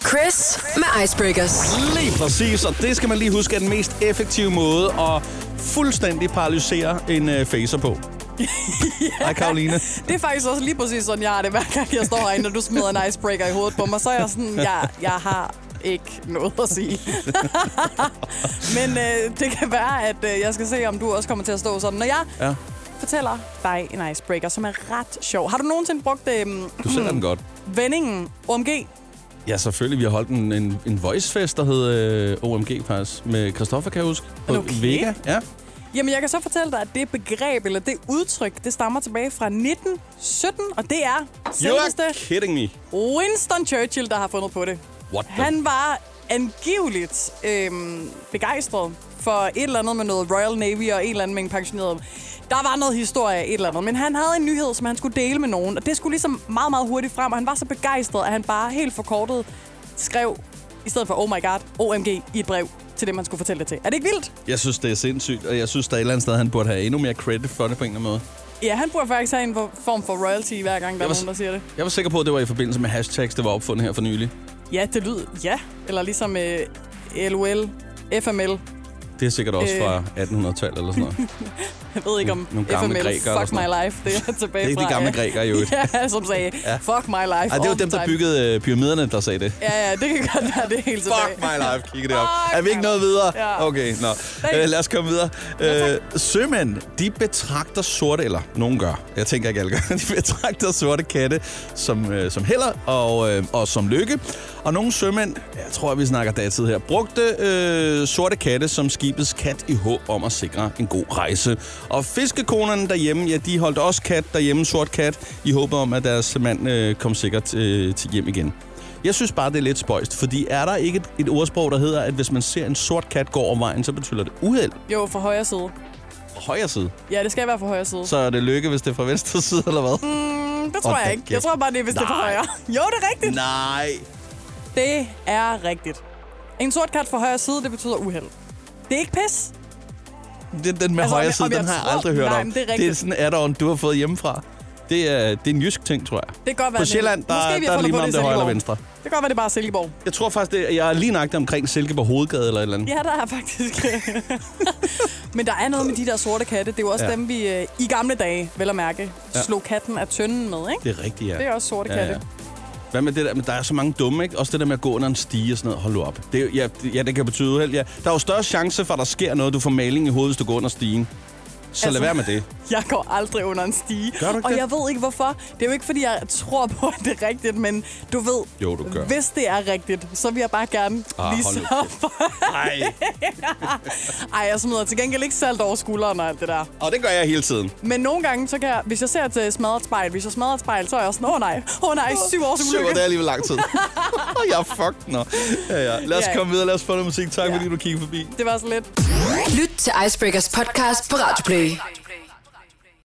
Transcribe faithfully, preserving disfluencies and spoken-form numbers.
Chris med Icebreakers. Lige præcis, og det skal man lige huske er den mest effektive måde at fuldstændig paralysere en øh, facer på. Ja. Hej, Karoline. Det er faktisk også lige præcis sådan, jeg har det, hver gang jeg står herinde, og du smider en icebreaker i hovedet på mig. Så er jeg sådan, jeg, jeg har ikke noget at sige. Men øh, det kan være, at øh, jeg skal se, om du også kommer til at stå sådan. Når jeg ja. fortæller dig en icebreaker, som er ret sjov. Har du nogensinde brugt øh, du sælger den godt. vendingen O M G? Ja, selvfølgelig. Vi har holdt en, en, en voicefest, der hed øh, O M G faktisk, med Christoffer, kan jeg huske, på okay. Vega. Ja. Jamen, jeg kan så fortælle dig, at det begreb, eller det udtryk, det stammer tilbage fra nitten sytten, og det er selveste kidding me. Winston Churchill, der har fundet på det. What the? Han var angiveligt øhm, begejstret for et eller andet med noget Royal Navy og en eller anden mængde pensioneret. Der var noget historie af et eller andet, men han havde en nyhed, som han skulle dele med nogen, og det skulle ligesom meget, meget hurtigt frem, og han var så begejstret, at han bare helt forkortet skrev, i stedet for oh my god, O M G i et brev til det, man skulle fortælle det til. Er det ikke vildt? Jeg synes, det er sindssygt, og jeg synes, der er et eller andet sted, han burde have endnu mere credit for det på en eller anden måde. Ja, han burde faktisk have en form for royalty, hver gang der er var, nogen, der siger det. Jeg var sikker på, at det var i forbindelse med hashtags, der var opfundet her for nylig. Ja, det lyder. Ja. Eller ligesom øh, L O L, F M L. Det er sikkert også øh. fra attenhundredetallet eller sådan noget. Jeg ved ikke om Nogle F M L, fuck my life, det er tilbage fra. Det er de gamle ja. grækere jo. Ja, som sagde, ja. fuck my life. Ej, det var dem, der byggede uh, pyramiderne, der sagde det. Ja, ja, det kan godt være, det er helt tilbage. Fuck my life, kigge det op. Er vi ikke noget videre? Ja. Okay, nå. Uh, lad os komme videre. Uh, sømænd, de betragter sorte, eller nogen gør, jeg tænker ikke alle gør, de betragter sorte katte som, uh, som heller og, uh, og som lykke. Og nogle sømænd, jeg tror, at vi snakker datid her, brugte øh, sorte katte som skibets kat i håb om at sikre en god rejse. Og fiskekonerne derhjemme, ja, de holdt også kat derhjemme, sort kat, i håb om, at deres mand øh, kom sikkert øh, til hjem igen. Jeg synes bare, det er lidt spøjst, fordi er der ikke et, et ordsprog, der hedder, at hvis man ser en sort kat gå over vejen, så betyder det uheld? Jo, fra højre side. Højre side? Ja, det skal være fra højre side. Så er det lykke, hvis det er fra venstre side, eller hvad? Mm, det tror oh, jeg ikke. Jeg tror bare, det er, hvis Nej. det er fra højre. Jo, det er rigtigt. Nej. Det er rigtigt. En sort kat fra højre side, det betyder uheld. Det er ikke pis. Den, den med altså, højre side, den har jeg aldrig hørt nej, om. Det er, det er sådan en add-on, du har fået hjemmefra. Det er, det er en jysk ting, tror jeg. Det kan godt være. På Sjælland, der, der, der er lige meget om det højre eller venstre. Det kan godt være, det er bare Silkeborg. Jeg tror faktisk, det, jeg er lige nøjagtig omkring Silkeborg Hovedgade eller et eller andet. Ja, der er faktisk. Men der er noget med de der sorte katte. Det er jo også ja. dem, vi øh, i gamle dage, vel at mærke, ja. slog katten af tønden med, ikke? Det er rigtigt, ja. Det er også sorte ja, katte. Ja. Hvad med det der? Men der er så mange dumme, ikke? Også det der med at gå under en stige og sådan noget. Hold nu op. Det, ja, ja, det kan betyde uheld. Ja. Der er jo større chance for, at der sker noget, du får maling i hovedet, hvis du går under stigen. Så altså, lad være med det. Jeg går aldrig under en stige. Gør du ikke og det? jeg ved ikke hvorfor. Det er jo ikke, fordi jeg tror på, at det er rigtigt, men du ved, jo, du gør. Hvis det er rigtigt, så vil jeg bare gerne ah, lige så for... Ej. Ej, jeg smider til gengæld ikke salt over skulderen og alt det der. Og det gør jeg hele tiden. Men nogle gange, så kan jeg, hvis jeg ser et smadret spejl, hvis jeg smadrer et spejl, så er jeg sådan, åh oh, nej, åh oh, nej, syv års ulykke. Syv år, det er alligevel lang tid. Jeg er fucked, nå. Ja, ja. Lad os ja. komme videre, lad os få noget musik. Tak, ja. fordi du kiggede forbi. Det var så lidt. Lyt til Icebreakers podcast på Radio Play.